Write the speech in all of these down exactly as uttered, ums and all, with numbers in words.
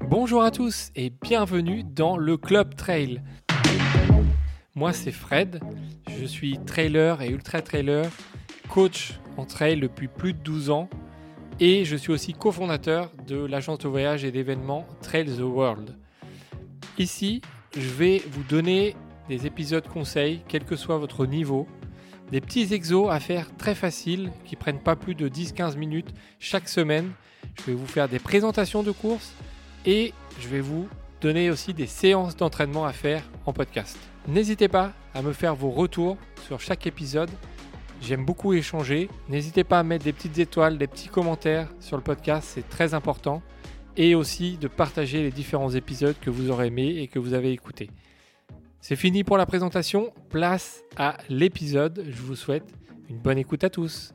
Bonjour à tous et bienvenue dans le Club Trail. Moi c'est Fred, je suis trailer et ultra trailer, coach en trail depuis plus de douze ans et je suis aussi cofondateur de l'agence de voyage et d'événements Trail the World. Ici, je vais vous donner des épisodes conseils, quel que soit votre niveau, des petits exos à faire très faciles qui prennent pas plus de dix à quinze minutes chaque semaine. Je vais vous faire des présentations de courses et je vais vous donner aussi des séances d'entraînement à faire en podcast. N'hésitez pas à me faire vos retours sur chaque épisode. J'aime beaucoup échanger. N'hésitez pas à mettre des petites étoiles, des petits commentaires sur le podcast, c'est très important. Et aussi de partager les différents épisodes que vous aurez aimés et que vous avez écoutés. C'est fini pour la présentation. Place à l'épisode. Je vous souhaite une bonne écoute à tous.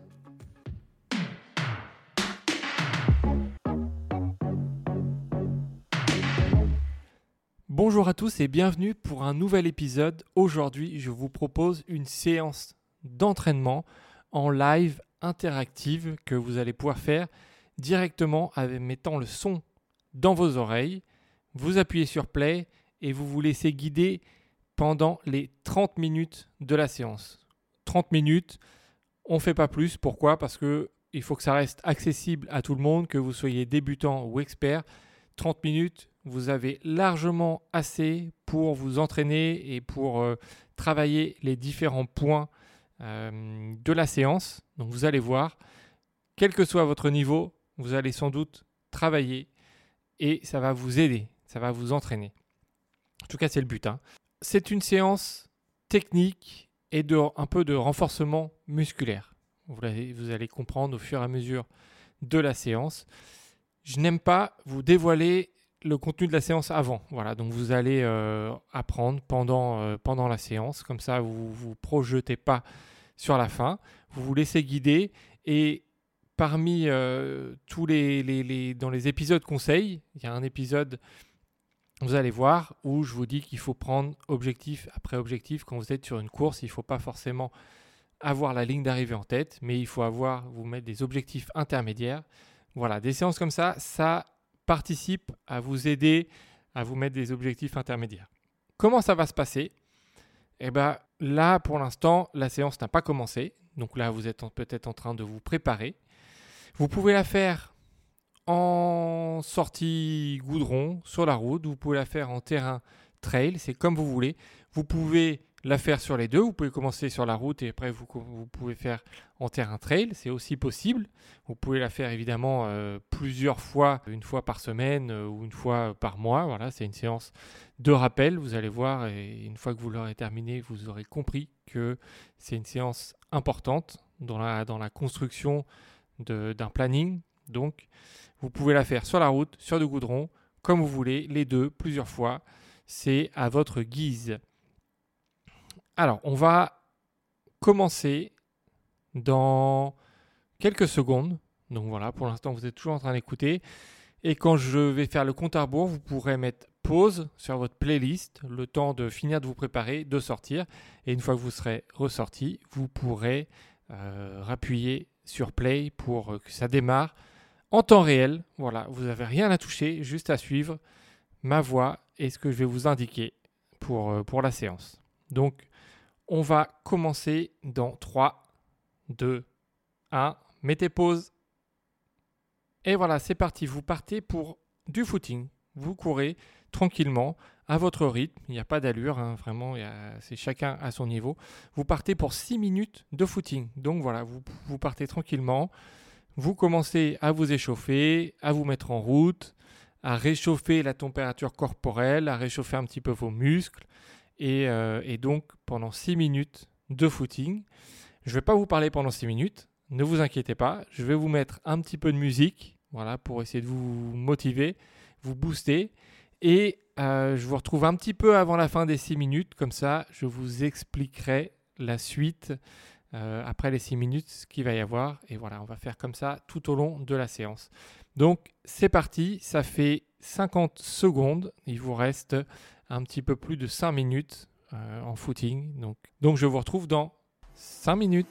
Bonjour à tous et bienvenue pour un nouvel épisode. Aujourd'hui, je vous propose une séance d'entraînement en live interactive que vous allez pouvoir faire directement en mettant le son dans vos oreilles. Vous appuyez sur play et vous vous laissez guider pendant les trente minutes de la séance. trente minutes, on ne fait pas plus. Pourquoi ? Parce qu'il faut que ça reste accessible à tout le monde, que vous soyez débutant ou expert. trente minutes, vous avez largement assez pour vous entraîner et pour euh, travailler les différents points euh, de la séance. Donc vous allez voir, quel que soit votre niveau, vous allez sans doute travailler et ça va vous aider, ça va vous entraîner. En tout cas, c'est le but. Hein. C'est une séance technique et de, un peu de renforcement musculaire. Vous allez, vous allez comprendre au fur et à mesure de la séance. Je n'aime pas vous dévoiler le contenu de la séance avant. Voilà, donc vous allez euh, apprendre pendant, euh, pendant la séance. Comme ça, vous ne vous projetez pas sur la fin. Vous vous laissez guider. Et parmi euh, tous les, les, les... dans les épisodes conseils, il y a un épisode, vous allez voir, où je vous dis qu'il faut prendre objectif après objectif. Quand vous êtes sur une course, il ne faut pas forcément avoir la ligne d'arrivée en tête, mais il faut avoir, vous mettre des objectifs intermédiaires. Voilà, des séances comme ça, ça participe à vous aider à vous mettre des objectifs intermédiaires. Comment ça va se passer ? Eh bien, là, pour l'instant, la séance n'a pas commencé. Donc là, vous êtes en, peut-être en train de vous préparer. Vous pouvez la faire en sortie goudron, sur la route. Vous pouvez la faire en terrain trail. C'est comme vous voulez. Vous pouvez la faire sur les deux. Vous pouvez commencer sur la route et après, vous, vous pouvez faire en terrain trail. C'est aussi possible. Vous pouvez la faire évidemment euh, plusieurs fois, une fois par semaine euh, ou une fois par mois. Voilà, c'est une séance de rappel. Vous allez voir et une fois que vous l'aurez terminée, vous aurez compris que c'est une séance importante dans la, dans la construction de, d'un planning. Donc, vous pouvez la faire sur la route, sur le goudron, comme vous voulez, les deux, plusieurs fois. C'est à votre guise. Alors, on va commencer dans quelques secondes. Donc voilà, pour l'instant, vous êtes toujours en train d'écouter. Et quand je vais faire le compte à rebours, vous pourrez mettre pause sur votre playlist, le temps de finir de vous préparer, de sortir. Et une fois que vous serez ressorti, vous pourrez euh, appuyer sur play pour que ça démarre en temps réel. Voilà, vous n'avez rien à toucher, juste à suivre ma voix et ce que je vais vous indiquer pour, euh, pour la séance. Donc, on va commencer dans trois, deux, un. Mettez pause. Et voilà, c'est parti. Vous partez pour du footing. Vous courez tranquillement, à votre rythme. Il n'y a pas d'allure, hein, vraiment, il y a, c'est chacun à son niveau. Vous partez pour six minutes de footing. Donc voilà, vous, vous partez tranquillement. Vous commencez à vous échauffer, à vous mettre en route, à réchauffer la température corporelle, à réchauffer un petit peu vos muscles. Et, euh, et donc, pendant six minutes de footing, je ne vais pas vous parler pendant six minutes. Ne vous inquiétez pas, je vais vous mettre un petit peu de musique, voilà, pour essayer de vous motiver, vous booster. Et euh, je vous retrouve un petit peu avant la fin des six minutes. Comme ça, je vous expliquerai la suite euh, après les six minutes, ce qu'il va y avoir. Et voilà, on va faire comme ça tout au long de la séance. Donc, c'est parti. Ça fait cinquante secondes. Il vous reste un petit peu plus de cinq minutes euh, en footing. Donc, donc, je vous retrouve dans cinq minutes.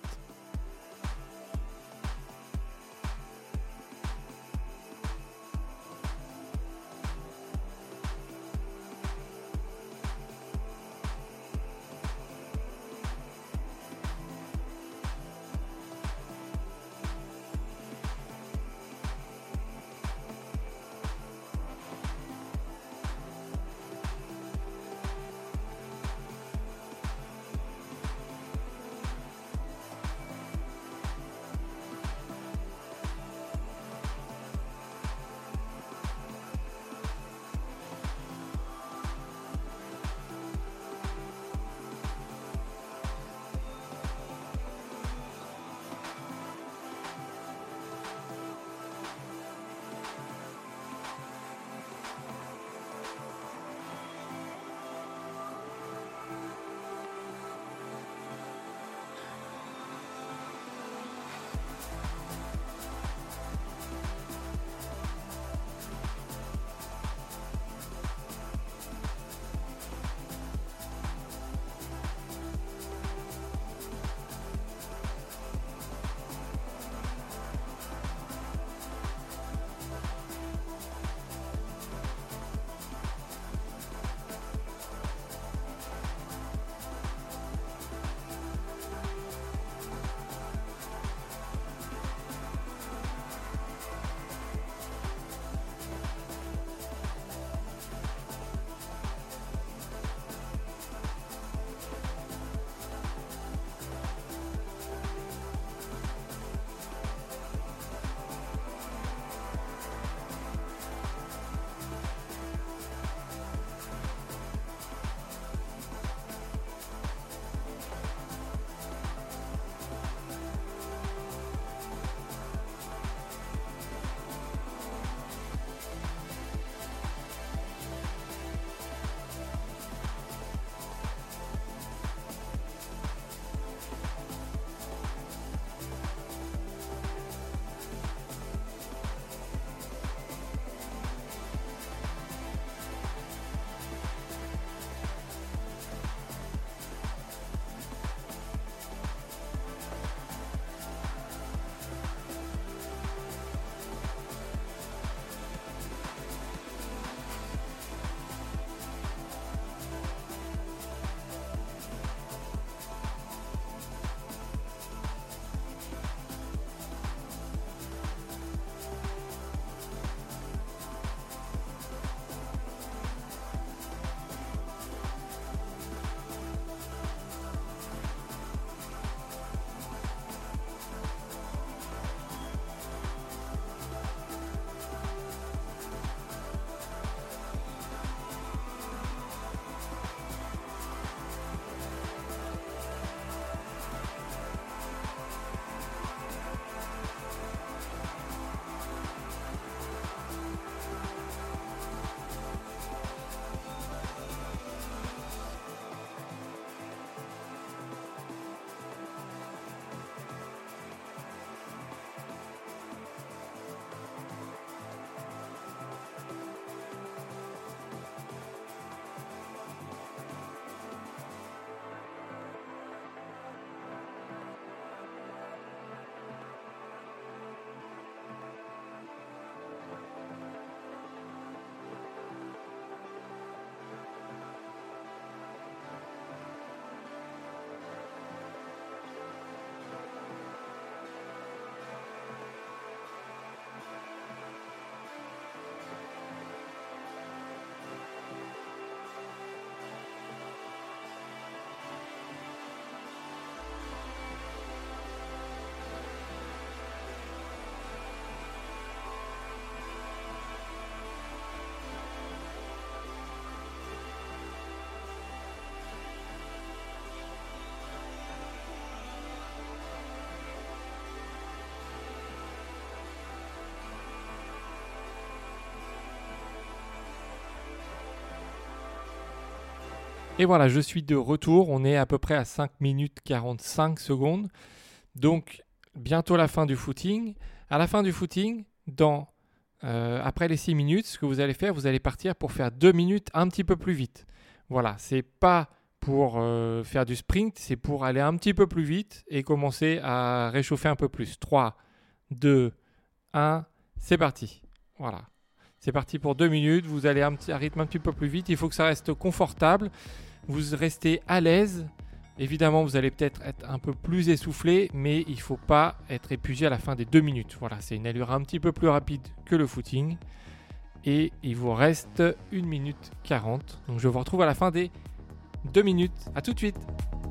Et voilà, je suis de retour. On est à peu près à cinq minutes quarante-cinq secondes. Donc, bientôt la fin du footing. À la fin du footing, dans, euh, après les six minutes, ce que vous allez faire, vous allez partir pour faire deux minutes un petit peu plus vite. Voilà, c'est pas pour euh, faire du sprint, c'est pour aller un petit peu plus vite et commencer à réchauffer un peu plus. trois, deux, un, c'est parti. Voilà. C'est parti pour deux minutes. Vous allez à un, petit, un rythme un petit peu plus vite. Il faut que ça reste confortable. Vous restez à l'aise. Évidemment, vous allez peut-être être un peu plus essoufflé, mais il ne faut pas être épuisé à la fin des deux minutes. Voilà, c'est une allure un petit peu plus rapide que le footing. Et il vous reste une minute quarante. Donc je vous retrouve à la fin des deux minutes. À tout de suite.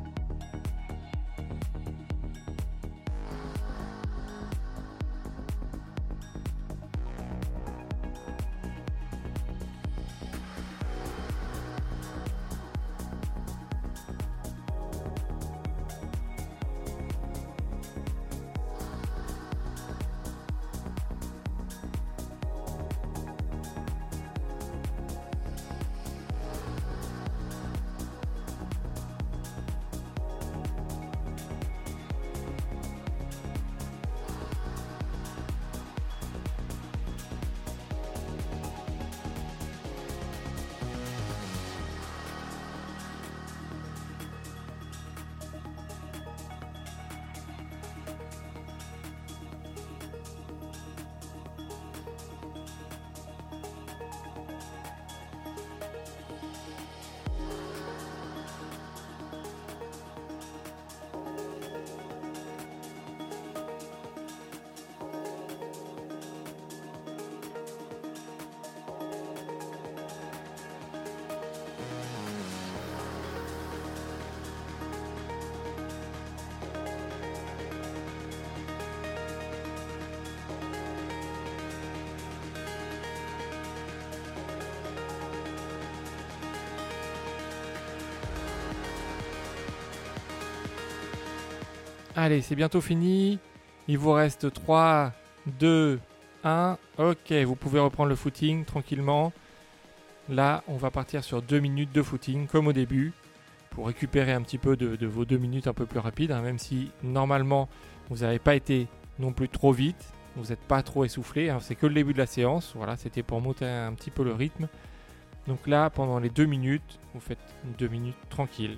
Allez, c'est bientôt fini. Il vous reste trois, deux, un. Ok, vous pouvez reprendre le footing tranquillement. Là, on va partir sur deux minutes de footing, comme au début, pour récupérer un petit peu de, de vos deux minutes un peu plus rapides, hein, même si normalement, vous n'avez pas été non plus trop vite. Vous n'êtes pas trop essoufflé. Hein, c'est que le début de la séance. Voilà, c'était pour monter un petit peu le rythme. Donc là, pendant les deux minutes, vous faites deux minutes tranquilles.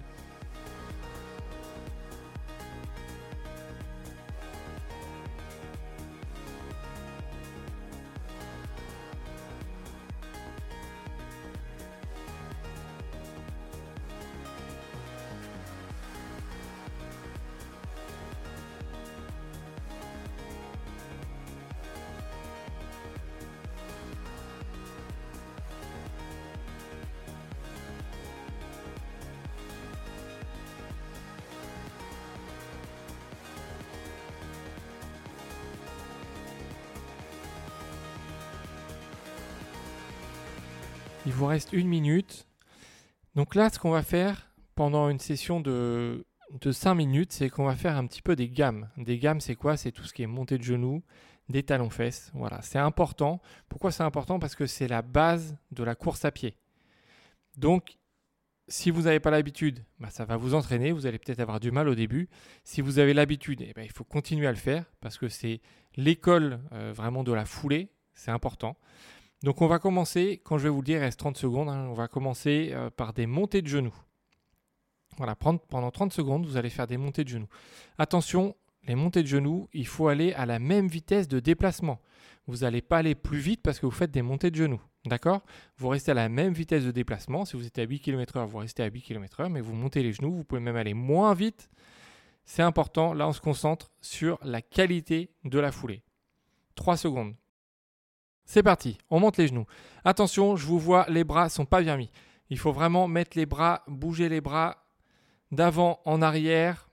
Il vous reste une minute. Donc là, ce qu'on va faire pendant une session de, de cinq minutes, c'est qu'on va faire un petit peu des gammes. Des gammes, c'est quoi? C'est tout ce qui est montée de genoux, des talons-fesses. Voilà, c'est important. Pourquoi c'est important? Parce que c'est la base de la course à pied. Donc, si vous n'avez pas l'habitude, bah, ça va vous entraîner. Vous allez peut-être avoir du mal au début. Si vous avez l'habitude, eh ben, il faut continuer à le faire parce que c'est l'école euh, vraiment de la foulée. C'est important. Donc on va commencer, quand je vais vous le dire, il reste trente secondes, hein, on va commencer euh, par des montées de genoux. Voilà, prendre, pendant trente secondes, vous allez faire des montées de genoux. Attention, les montées de genoux, il faut aller à la même vitesse de déplacement. Vous n'allez pas aller plus vite parce que vous faites des montées de genoux. D'accord? Vous restez à la même vitesse de déplacement. Si vous êtes à huit kilomètres heure, vous restez à huit kilomètres heure, mais vous montez les genoux, vous pouvez même aller moins vite. C'est important, là on se concentre sur la qualité de la foulée. trois secondes. C'est parti, on monte les genoux. Attention, je vous vois, les bras ne sont pas bien mis. Il faut vraiment mettre les bras, bouger les bras d'avant en arrière.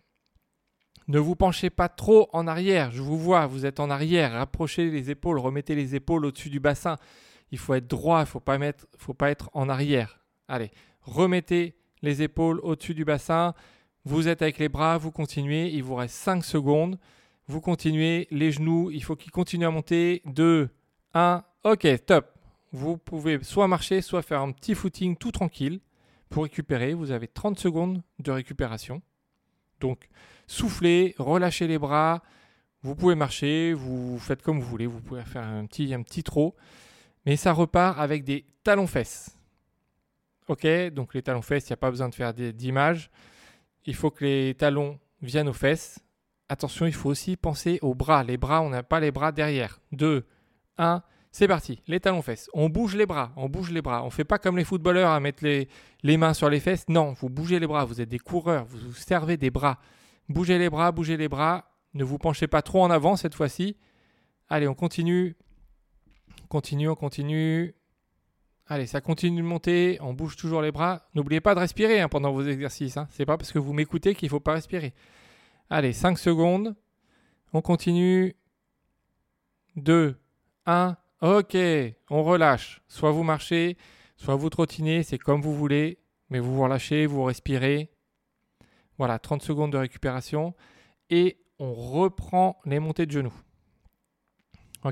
Ne vous penchez pas trop en arrière. Je vous vois, vous êtes en arrière. Rapprochez les épaules, remettez les épaules au-dessus du bassin. Il faut être droit, il ne faut pas mettre, faut pas être en arrière. Allez, remettez les épaules au-dessus du bassin. Vous êtes avec les bras, vous continuez. Il vous reste cinq secondes. Vous continuez, les genoux, il faut qu'ils continuent à monter. deux, un, ok, top. Vous pouvez soit marcher, soit faire un petit footing tout tranquille. pour récupérer. Vous avez trente secondes de récupération. Donc, soufflez, relâchez les bras. Vous pouvez marcher, vous faites comme vous voulez. Vous pouvez faire un petit, un petit trot. Mais ça repart avec des talons-fesses. Ok, donc les talons-fesses, il n'y a pas besoin de faire d'image. Il faut que les talons viennent aux fesses. Attention, il faut aussi penser aux bras. Les bras, on n'a pas les bras derrière. deux, un, c'est parti. Les talons-fesses. On bouge les bras, on bouge les bras. On ne fait pas comme les footballeurs à mettre les, les mains sur les fesses. Non, vous bougez les bras. Vous êtes des coureurs, vous vous servez des bras. Bougez les bras, bougez les bras. Ne vous penchez pas trop en avant cette fois-ci. Allez, on continue. Continue, on continue. Allez, ça continue de monter, on bouge toujours les bras. N'oubliez pas de respirer hein, pendant vos exercices. Hein. Ce n'est pas parce que vous m'écoutez qu'il ne faut pas respirer. Allez, cinq secondes. On continue. deux, un. Ok, on relâche. Soit vous marchez, soit vous trottinez. C'est comme vous voulez. Mais vous vous relâchez, vous respirez. Voilà, trente secondes de récupération. Et on reprend les montées de genoux. Ok ?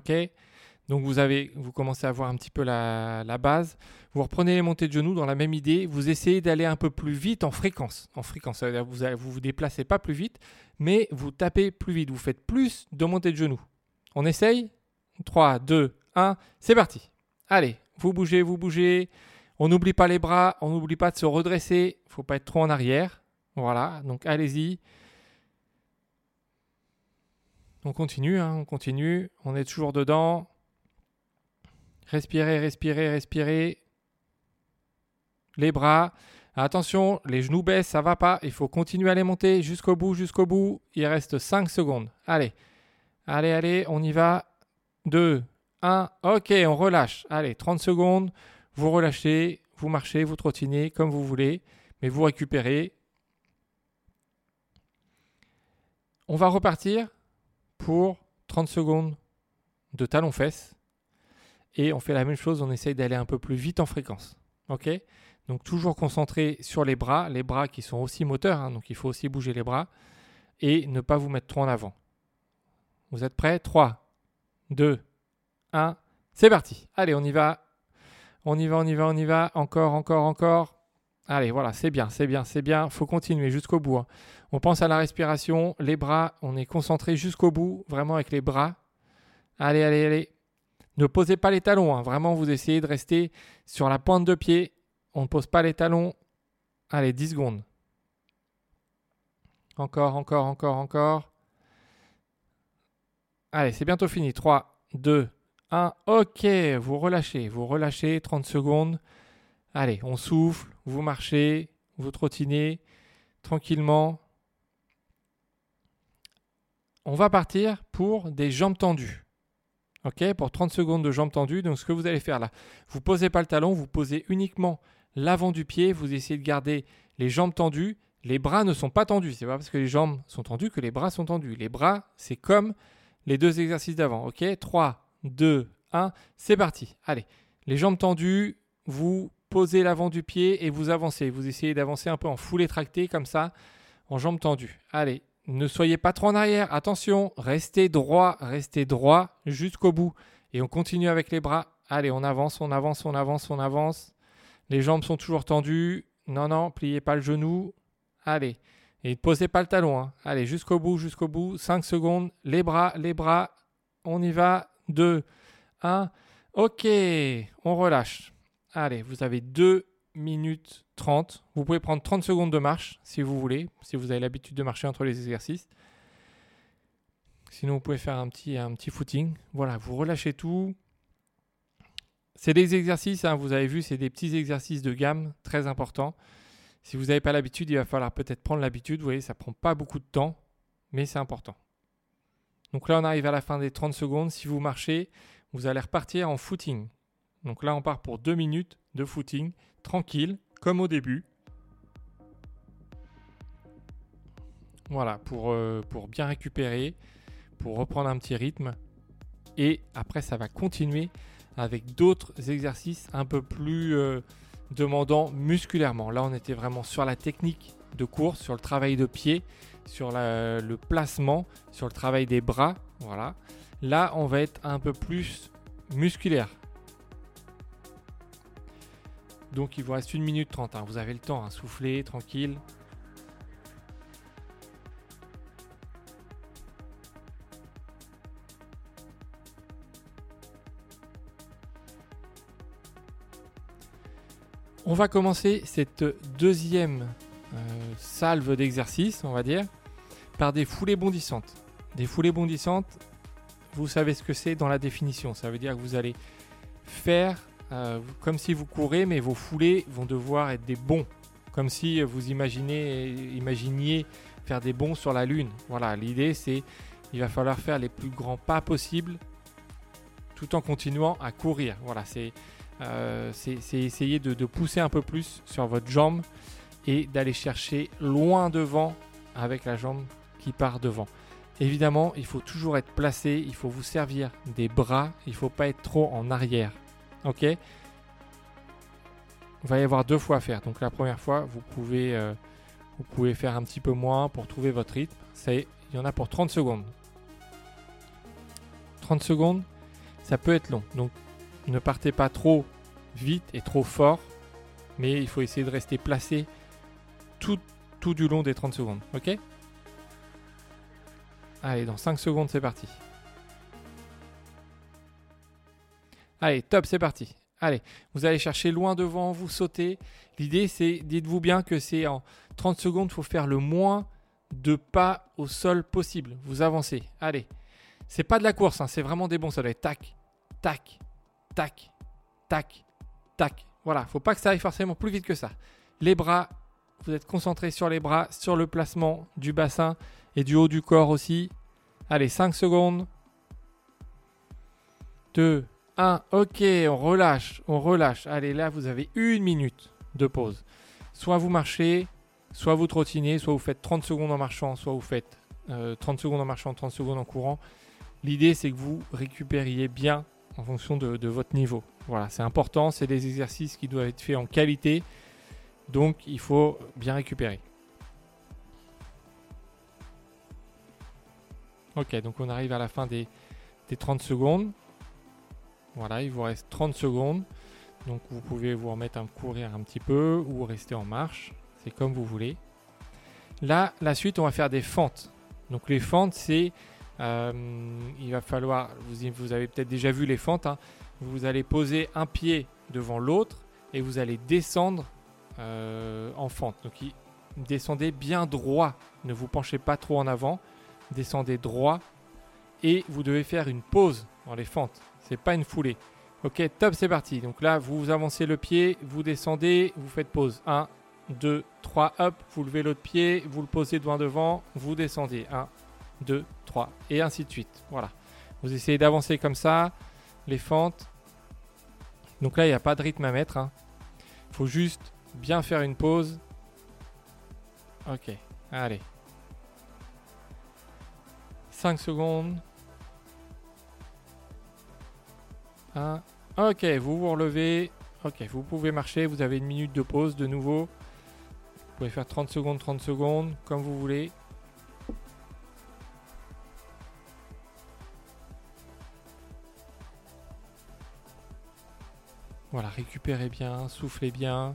Donc vous, avez, vous commencez à voir un petit peu la, la base. Vous reprenez les montées de genoux dans la même idée. Vous essayez d'aller un peu plus vite en fréquence. En fréquence, ça veut dire que vous ne vous, vous déplacez pas plus vite, mais vous tapez plus vite. Vous faites plus de montées de genoux. On essaye ? trois, deux, un, c'est parti. Allez, vous bougez, vous bougez. On n'oublie pas les bras, on n'oublie pas de se redresser. Il ne faut pas être trop en arrière. Voilà, donc allez-y. On continue, hein, on continue. On est toujours dedans. Respirez, respirez, respirez. Les bras. Attention, les genoux baissent, ça ne va pas. Il faut continuer à les monter jusqu'au bout, jusqu'au bout. Il reste cinq secondes. Allez, allez, allez, on y va. deux, un, ok, on relâche. Allez, trente secondes. Vous relâchez, vous marchez, vous trottinez comme vous voulez. Mais vous récupérez. On va repartir pour trente secondes de talons-fesses. Et on fait la même chose, on essaye d'aller un peu plus vite en fréquence. Ok ? Donc toujours concentré sur les bras, les bras qui sont aussi moteurs, hein, donc il faut aussi bouger les bras et ne pas vous mettre trop en avant. Vous êtes prêts ? trois, deux, un, c'est parti. Allez, on y va. On y va, on y va, on y va. Encore, encore, encore. Allez, voilà, c'est bien, c'est bien, c'est bien. Il faut continuer jusqu'au bout. Hein. On pense à la respiration, les bras, on est concentré jusqu'au bout, vraiment avec les bras. Allez, allez, allez. Ne posez pas les talons, hein. Vraiment vous essayez de rester sur la pointe de pied. On ne pose pas les talons. Allez, dix secondes. Encore, encore, encore, encore. Allez, c'est bientôt fini. trois, deux, un. Ok, vous relâchez, vous relâchez, trente secondes. Allez, on souffle, vous marchez, vous trottinez tranquillement. On va partir pour des jambes tendues. Ok, pour trente secondes de jambes tendues. Donc, ce que vous allez faire là, vous ne posez pas le talon, vous posez uniquement l'avant du pied. Vous essayez de garder les jambes tendues. Les bras ne sont pas tendus. Ce n'est pas parce que les jambes sont tendues que les bras sont tendus. Les bras, c'est comme les deux exercices d'avant. Ok, trois, deux, un, c'est parti. Allez, les jambes tendues, vous posez l'avant du pied et vous avancez. Vous essayez d'avancer un peu en foulée tractée comme ça, en jambes tendues. Allez. Ne soyez pas trop en arrière, attention, restez droit, restez droit jusqu'au bout. Et on continue avec les bras. Allez, on avance, on avance, on avance, on avance. Les jambes sont toujours tendues. Non, non, pliez pas le genou. Allez, et ne posez pas le talon. Hein. Allez, jusqu'au bout, jusqu'au bout. cinq secondes, les bras, les bras. On y va. deux, un. Ok, on relâche. Allez, vous avez deux minutes trente. Vous pouvez prendre trente secondes de marche si vous voulez, si vous avez l'habitude de marcher entre les exercices. Sinon, vous pouvez faire un petit, un petit footing. Voilà, vous relâchez tout. C'est des exercices, hein, vous avez vu, c'est des petits exercices de gamme très importants. Si vous n'avez pas l'habitude, il va falloir peut-être prendre l'habitude. Vous voyez, ça ne prend pas beaucoup de temps, mais c'est important. Donc là, on arrive à la fin des trente secondes. Si vous marchez, vous allez repartir en footing. Donc là, on part pour deux minutes de footing, tranquille, comme au début. Voilà, pour, euh, pour bien récupérer, pour reprendre un petit rythme. Et après, ça va continuer avec d'autres exercices un peu plus euh, demandants musculairement. Là, on était vraiment sur la technique de course, sur le travail de pied, sur la, le placement, sur le travail des bras. Voilà. Là, on va être un peu plus musculaire. Donc il vous reste une minute trente. Hein. Vous avez le temps, hein. Soufflez, tranquille. On va commencer cette deuxième euh, salve d'exercice, on va dire, par des foulées bondissantes. Des foulées bondissantes, vous savez ce que c'est dans la définition. Ça veut dire que vous allez faire euh, comme si vous courez, mais vos foulées vont devoir être des bonds. Comme si vous imaginez, imaginiez faire des bonds sur la Lune. Voilà, l'idée c'est il va falloir faire les plus grands pas possibles tout en continuant à courir. Voilà, c'est... Euh, c'est, c'est essayer de, de pousser un peu plus sur votre jambe et d'aller chercher loin devant avec la jambe qui part devant. Évidemment, il faut toujours être placé, il faut vous servir des bras, il ne faut pas être trop en arrière. Ok ? Il va y avoir deux fois à faire. Donc la première fois, vous pouvez, euh, vous pouvez faire un petit peu moins pour trouver votre rythme. C'est, il y en a pour trente secondes. trente secondes, ça peut être long. Donc ne partez pas trop vite et trop fort, mais il faut essayer de rester placé tout, tout du long des trente secondes. Ok ? Allez, dans cinq secondes, c'est parti. Allez, top, c'est parti. Allez, vous allez chercher loin devant, vous sautez. L'idée, c'est, dites-vous bien que c'est en trente secondes, il faut faire le moins de pas au sol possible. Vous avancez. Allez, c'est pas de la course, hein, c'est vraiment des bons. Ça doit être tac, tac, tac, tac, tac. Voilà, faut pas que ça aille forcément plus vite que ça. Les bras, vous êtes concentré sur les bras, sur le placement du bassin et du haut du corps aussi. Allez, cinq secondes. deux, un, ok, on relâche, on relâche. Allez, là, vous avez une minute de pause. Soit vous marchez, soit vous trottinez, soit vous faites trente secondes en marchant, soit vous faites euh, trente secondes en marchant, trente secondes en courant. L'idée, c'est que vous récupériez bien en fonction de, de votre niveau. Voilà, c'est important, c'est des exercices qui doivent être faits en qualité, donc il faut bien récupérer. Ok, donc on arrive à la fin des, des trente secondes. Voilà, il vous reste trente secondes. Donc vous pouvez vous remettre à courir un petit peu ou rester en marche. C'est comme vous voulez. Là, la suite, on va faire des fentes. Donc les fentes, c'est... Euh, il va falloir... Vous, vous avez peut-être déjà vu les fentes. Hein, vous allez poser un pied devant l'autre et vous allez descendre euh, en fente. Donc descendez bien droit. Ne vous penchez pas trop en avant. Descendez droit. Et vous devez faire une pause dans les fentes. C'est pas une foulée. Ok, top, c'est parti. Donc là, vous avancez le pied, vous descendez, vous faites pause. un, deux, trois, hop, vous levez l'autre pied, vous le posez devant devant, vous descendez. un, deux, trois, et ainsi de suite. Voilà. Vous essayez d'avancer comme ça, les fentes. Donc là, il n'y a pas de rythme à mettre. Hein. Faut juste bien faire une pause. Ok, allez. cinq secondes. un. Ok, vous vous relevez. Ok, vous pouvez marcher. Vous avez une minute de pause de nouveau. Vous pouvez faire trente secondes, trente secondes, comme vous voulez. Voilà, récupérez bien, soufflez bien.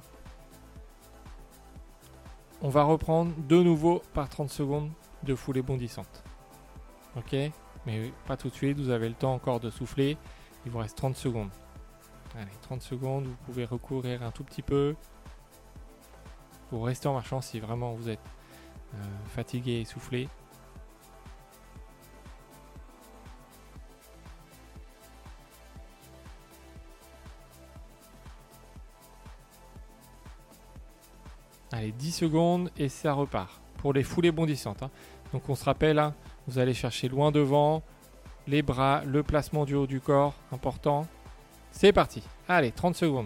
On va reprendre de nouveau par trente secondes de foulée bondissante. Ok, mais pas tout de suite, vous avez le temps encore de souffler. Il vous reste trente secondes. Allez, trente secondes, vous pouvez recourir un tout petit peu. Vous restez en marchant si vraiment vous êtes euh, fatigué et essoufflé. Allez, dix secondes et ça repart. Pour les foulées bondissantes. Hein. Donc on se rappelle, hein, vous allez chercher loin devant, les bras, le placement du haut du corps, important. C'est parti. Allez, trente secondes.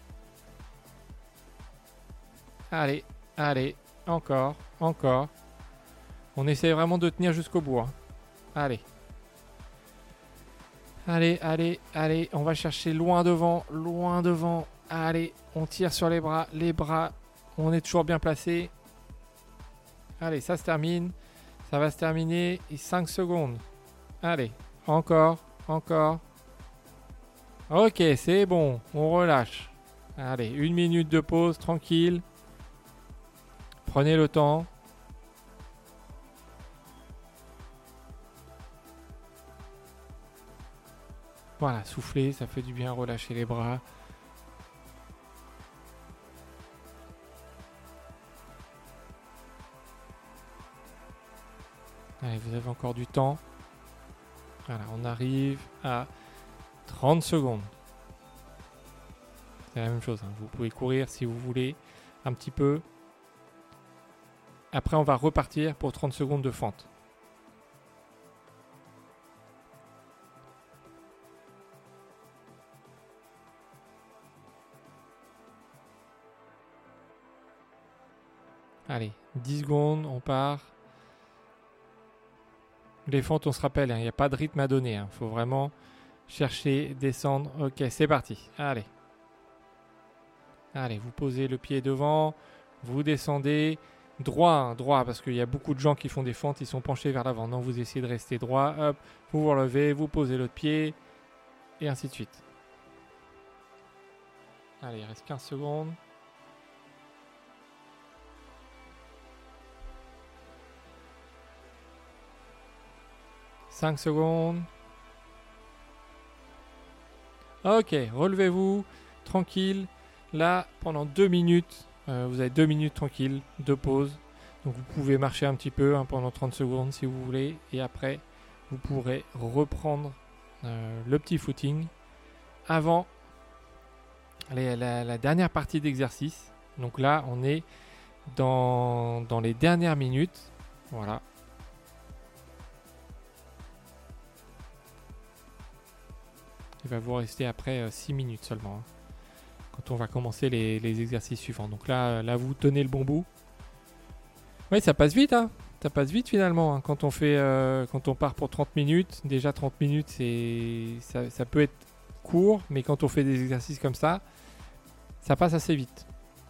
Allez, allez, encore, encore. On essaie vraiment de tenir jusqu'au bout. Hein. Allez. Allez, allez, allez. On va chercher loin devant, loin devant. Allez, on tire sur les bras, les bras. On est toujours bien placé. Allez, ça se termine. Ça va se terminer. Et cinq secondes. Allez, encore, encore. Ok, c'est bon. On relâche. Allez, une minute de pause, tranquille. Prenez le temps. Voilà, soufflez, ça fait du bien, relâchez les bras. Allez, vous avez encore du temps. Voilà, on arrive à trente secondes. C'est la même chose, hein. Vous pouvez courir si vous voulez, un petit peu. Après, on va repartir pour trente secondes de fente. Allez, dix secondes, on part. Les fentes, on se rappelle, il n'y a pas de rythme à donner. Il hein. faut vraiment chercher, descendre. Ok, c'est parti. Allez. Allez, vous posez le pied devant. Vous descendez. Droit, hein, droit, parce qu'il y a beaucoup de gens qui font des fentes, ils sont penchés vers l'avant. Non, vous essayez de rester droit. Hop, vous vous relevez, vous posez l'autre pied. Et ainsi de suite. Allez, il reste quinze secondes. cinq secondes. Ok, relevez-vous, tranquille. Là, pendant deux minutes, euh, vous avez deux minutes tranquille de pause. Donc vous pouvez marcher un petit peu hein, pendant trente secondes si vous voulez. Et après, vous pourrez reprendre euh, le petit footing avant les, la, la dernière partie d'exercice. Donc là, on est dans, dans les dernières minutes. Voilà. Il va vous rester après euh, six minutes seulement. Hein, quand on va commencer les, les exercices suivants. Donc là, là, vous tenez le bon bout. Oui, ça passe vite. Hein. Ça passe vite finalement. Hein. Quand, on fait, euh, quand on part pour trente minutes, déjà trente minutes, c'est, ça, ça peut être court. Mais quand on fait des exercices comme ça, ça passe assez vite.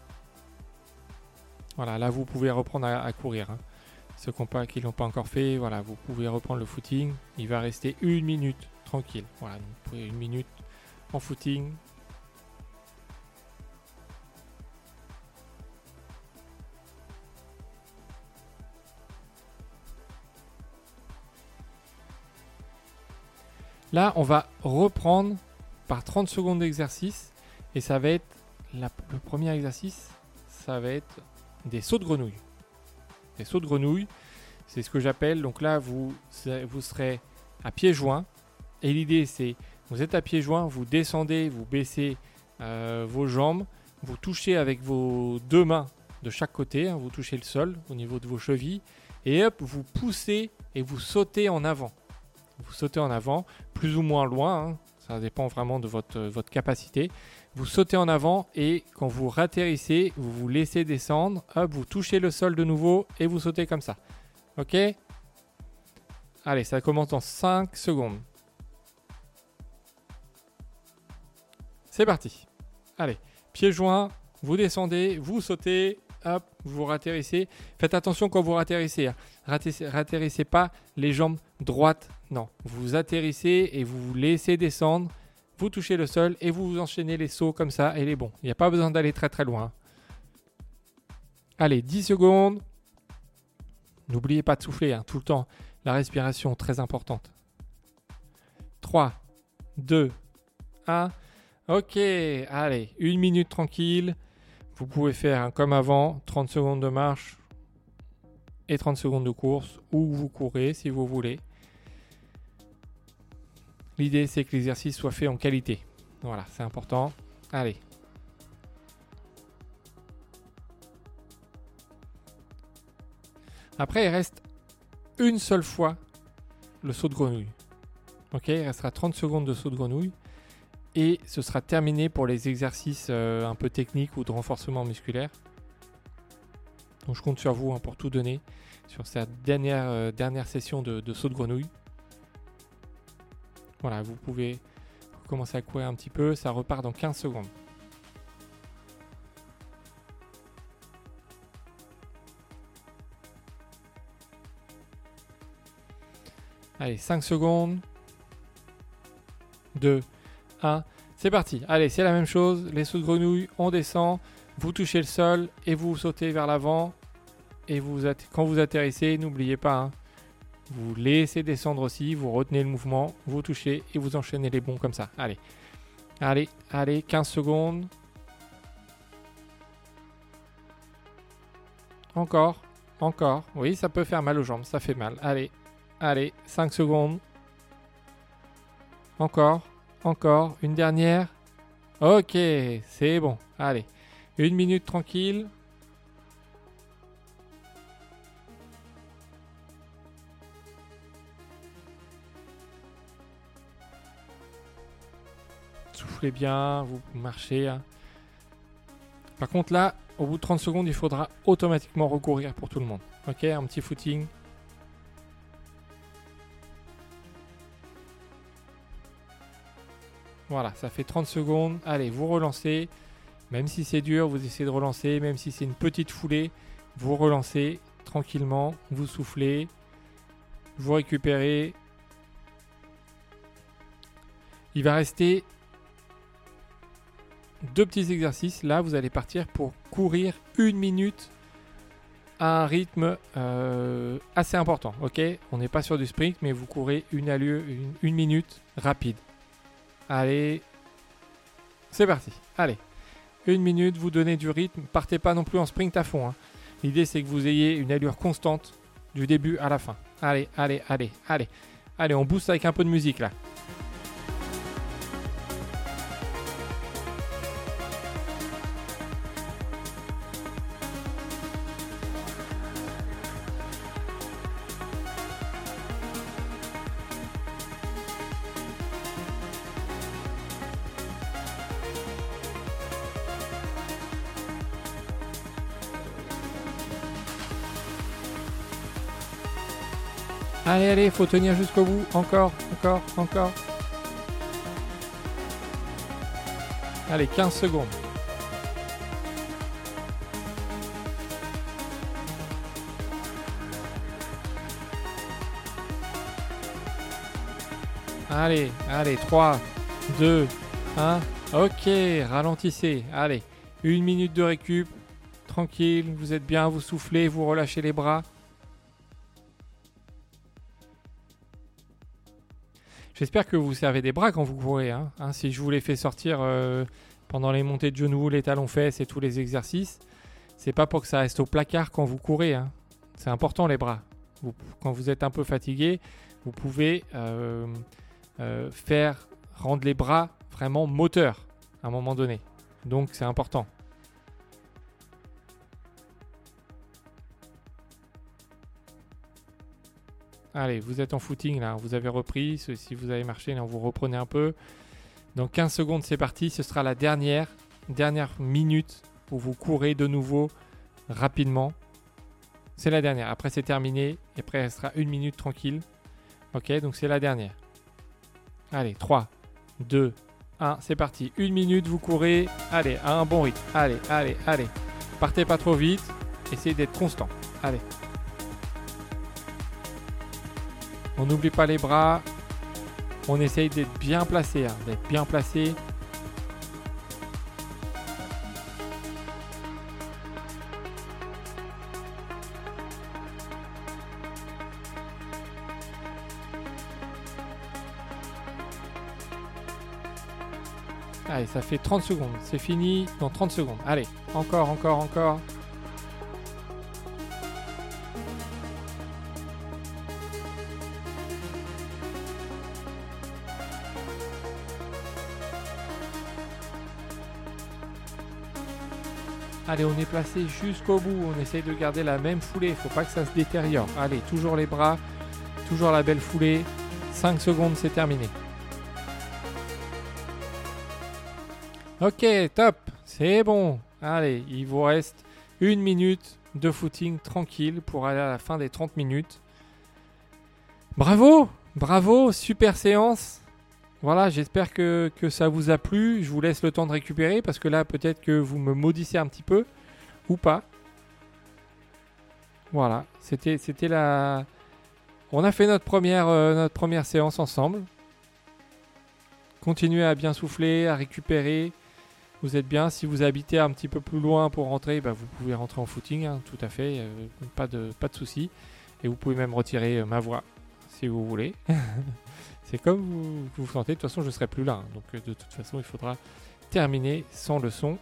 Voilà, là, vous pouvez reprendre à, à courir. Hein. Ceux qui ne l'ont pas encore fait, voilà, vous pouvez reprendre le footing. Il va rester une minute. Tranquille, voilà, donc vous pouvez une minute en footing. Là, on va reprendre par trente secondes d'exercice et ça va être la, le premier exercice, ça va être des sauts de grenouille. Des sauts de grenouille, c'est ce que j'appelle. Donc là, vous, vous serez à pieds joints. Et l'idée, c'est, vous êtes à pieds joints, vous descendez, vous baissez euh, vos jambes, vous touchez avec vos deux mains de chaque côté, hein, vous touchez le sol au niveau de vos chevilles, et hop, vous poussez et vous sautez en avant. Vous sautez en avant, plus ou moins loin, hein, ça dépend vraiment de votre, votre capacité. Vous sautez en avant et quand vous ratterrissez, vous vous laissez descendre, hop, vous touchez le sol de nouveau et vous sautez comme ça. Ok ? Allez, ça commence en cinq secondes. C'est parti. Allez, pieds joints, vous descendez, vous sautez, hop, vous ratterrissez. Faites attention quand vous ratterrissez. Hein. Ratterrissez, ratterrissez pas les jambes droites. Non, vous atterrissez et vous vous laissez descendre. Vous touchez le sol et vous, vous enchaînez les sauts comme ça et les bons. Il n'y a pas besoin d'aller très très loin. Allez, dix secondes. N'oubliez pas de souffler hein, tout le temps. La respiration, très importante. trois, deux, un. Ok, allez, une minute tranquille. Vous pouvez faire hein, comme avant, trente secondes de marche et trente secondes de course, ou vous courez si vous voulez. L'idée, c'est que l'exercice soit fait en qualité. Voilà, c'est important. Allez. Après, il reste une seule fois le saut de grenouille. Ok, il restera trente secondes de saut de grenouille. Et ce sera terminé pour les exercices euh, un peu techniques ou de renforcement musculaire. Donc je compte sur vous hein, pour tout donner sur cette dernière, euh, dernière session de, de saut de grenouille. Voilà, vous pouvez commencer à courir un petit peu. Ça repart dans quinze secondes. Allez, cinq secondes. deux, un. C'est parti. Allez, c'est la même chose. Les sauts de grenouille, on descend. Vous touchez le sol et vous sautez vers l'avant. Et vous quand vous atterrissez, n'oubliez pas, hein, vous laissez descendre aussi. Vous retenez le mouvement, vous touchez et vous enchaînez les bonds comme ça. Allez, allez, allez, quinze secondes. Encore, encore. Oui, ça peut faire mal aux jambes, ça fait mal. Allez, allez, cinq secondes. Encore, encore, une dernière. Ok, c'est bon. Allez, une minute tranquille. Soufflez bien, vous marchez. Hein. Par contre là, au bout de trente secondes, il faudra automatiquement recourir pour tout le monde. Ok, un petit footing. Voilà, ça fait trente secondes. Allez, vous relancez. Même si c'est dur, vous essayez de relancer. Même si c'est une petite foulée, vous relancez tranquillement. Vous soufflez. Vous récupérez. Il va rester deux petits exercices. Là, vous allez partir pour courir une minute à un rythme euh, assez important. Ok, on n'est pas sur du sprint, mais vous courez une allure, une, une minute rapide. Allez, c'est parti. Allez, une minute, vous donnez du rythme. Partez pas non plus en sprint à fond. Hein. L'idée, c'est que vous ayez une allure constante du début à la fin. Allez, allez, allez, allez. Allez, on booste avec un peu de musique là. Allez, allez, faut tenir jusqu'au bout. Encore, encore, encore. Allez, quinze secondes. Allez, allez, trois, deux, un. Ok, ralentissez. Allez, une minute de récup. Tranquille, vous êtes bien, vous soufflez, vous relâchez les bras. J'espère que vous servez des bras quand vous courez. Hein. Hein, si je vous les fais sortir euh, pendant les montées de genoux, les talons fesses et tous les exercices, c'est pas pour que ça reste au placard quand vous courez. Hein. C'est important les bras. Vous, quand vous êtes un peu fatigué, vous pouvez euh, euh, faire rendre les bras vraiment moteurs à un moment donné. Donc c'est important. Allez, vous êtes en footing là, vous avez repris. Si vous avez marché, là, vous reprenez un peu. Dans quinze secondes, c'est parti. Ce sera la dernière, dernière minute où vous courez de nouveau rapidement. C'est la dernière. Après, c'est terminé. Et après, il restera une minute tranquille. Ok, donc c'est la dernière. Allez, trois, deux, un, c'est parti. Une minute, vous courez. Allez, à un bon rythme. Allez, allez, allez. Partez pas trop vite. Essayez d'être constant. Allez. On n'oublie pas les bras. On essaye d'être bien placé, hein, d'être bien placé. Allez, ça fait trente secondes. C'est fini dans trente secondes. Allez, encore, encore, encore. Allez, on est placé jusqu'au bout. On essaye de garder la même foulée. Il ne faut pas que ça se détériore. Allez, toujours les bras. Toujours la belle foulée. cinq secondes, c'est terminé. Ok, top. C'est bon. Allez, il vous reste une minute de footing tranquille pour aller à la fin des trente minutes. Bravo. Bravo. Super séance. Voilà, j'espère que, que ça vous a plu. Je vous laisse le temps de récupérer parce que là, peut-être que vous me maudissez un petit peu ou pas. Voilà, c'était, c'était la... On a fait notre première, euh, notre première séance ensemble. continuez à bien souffler, à récupérer. Vous êtes bien. Si vous habitez un petit peu plus loin pour rentrer, bah, vous pouvez rentrer en footing, hein, tout à fait, euh, pas de, pas de souci. Et vous pouvez même retirer euh, ma voix si vous voulez. C'est comme vous vous sentez. De toute façon, je ne serai plus là. Hein, donc, euh, de toute façon, il faudra terminer sans le son.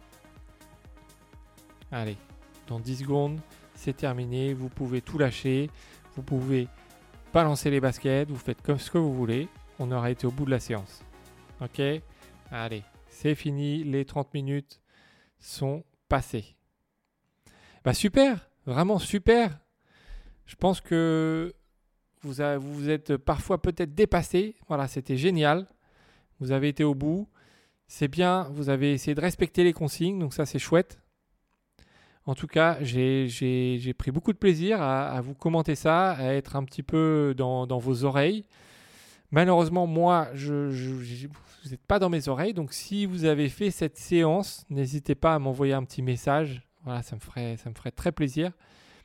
Allez, dans dix secondes, c'est terminé. Vous pouvez tout lâcher. Vous pouvez balancer les baskets. Vous faites comme ce que vous voulez. On aura été au bout de la séance. Ok ? Allez, c'est fini. Les trente minutes sont passées. Bah super, vraiment super. Je pense que vous, a, vous vous êtes parfois peut-être dépassé. Voilà, c'était génial. Vous avez été au bout. C'est bien, vous avez essayé de respecter les consignes, donc ça c'est chouette. En tout cas, j'ai, j'ai, j'ai pris beaucoup de plaisir à, à vous commenter ça, à être un petit peu dans, dans vos oreilles. Malheureusement, moi, je, je, je, vous n'êtes pas dans mes oreilles, donc si vous avez fait cette séance, n'hésitez pas à m'envoyer un petit message. Voilà, ça me ferait, ça me ferait très plaisir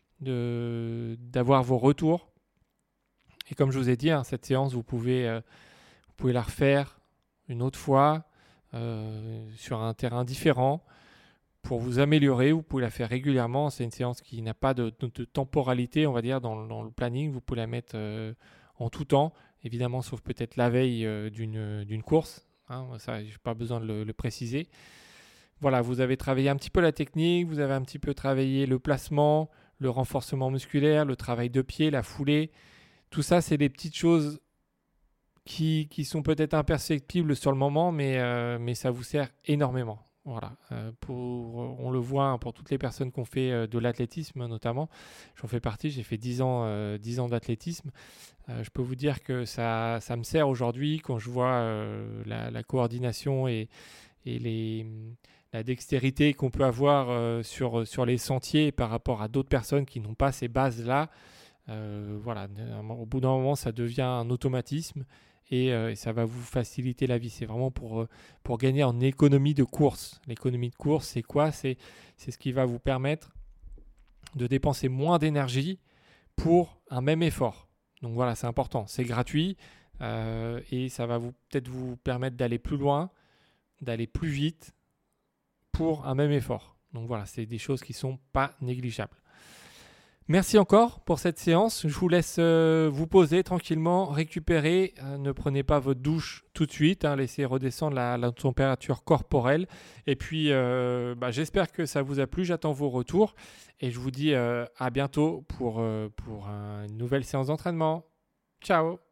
de, d'avoir vos retours. Et comme je vous ai dit, hein, cette séance, vous pouvez, euh, vous pouvez la refaire une autre fois euh, sur un terrain différent. Pour vous améliorer, vous pouvez la faire régulièrement. C'est une séance qui n'a pas de, de, de temporalité, on va dire, dans, dans le planning. Vous pouvez la mettre euh, en tout temps, évidemment, sauf peut-être la veille euh, d'une, d'une course. Hein, ça, je n'ai pas besoin de le, le préciser. Voilà, vous avez travaillé un petit peu la technique, vous avez un petit peu travaillé le placement, le renforcement musculaire, le travail de pied, la foulée. Tout ça, c'est des petites choses qui, qui sont peut-être imperceptibles sur le moment, mais, euh, mais ça vous sert énormément. Voilà, euh, pour, on le voit hein, pour toutes les personnes qui ont fait euh, de l'athlétisme notamment. J'en fais partie, j'ai fait dix ans, euh, dix ans d'athlétisme. Euh, je peux vous dire que ça, ça me sert aujourd'hui quand je vois euh, la, la coordination et, et les, la dextérité qu'on peut avoir euh, sur, sur les sentiers par rapport à d'autres personnes qui n'ont pas ces bases-là. Euh, voilà, au bout d'un moment, ça devient un automatisme. Et, euh, et ça va vous faciliter la vie. C'est vraiment pour, euh, pour gagner en économie de course. L'économie de course, c'est quoi ? c'est, c'est ce qui va vous permettre de dépenser moins d'énergie pour un même effort. Donc voilà, c'est important. C'est gratuit euh, et ça va vous, peut-être vous permettre d'aller plus loin, d'aller plus vite pour un même effort. Donc voilà, c'est des choses qui ne sont pas négligeables. Merci encore pour cette séance. Je vous laisse euh, vous poser tranquillement, récupérer. Euh, ne prenez pas votre douche tout de suite. Hein, laissez redescendre la, la température corporelle. Et puis, euh, bah, j'espère que ça vous a plu. J'attends vos retours. Et je vous dis euh, à bientôt pour, euh, pour une nouvelle séance d'entraînement. Ciao!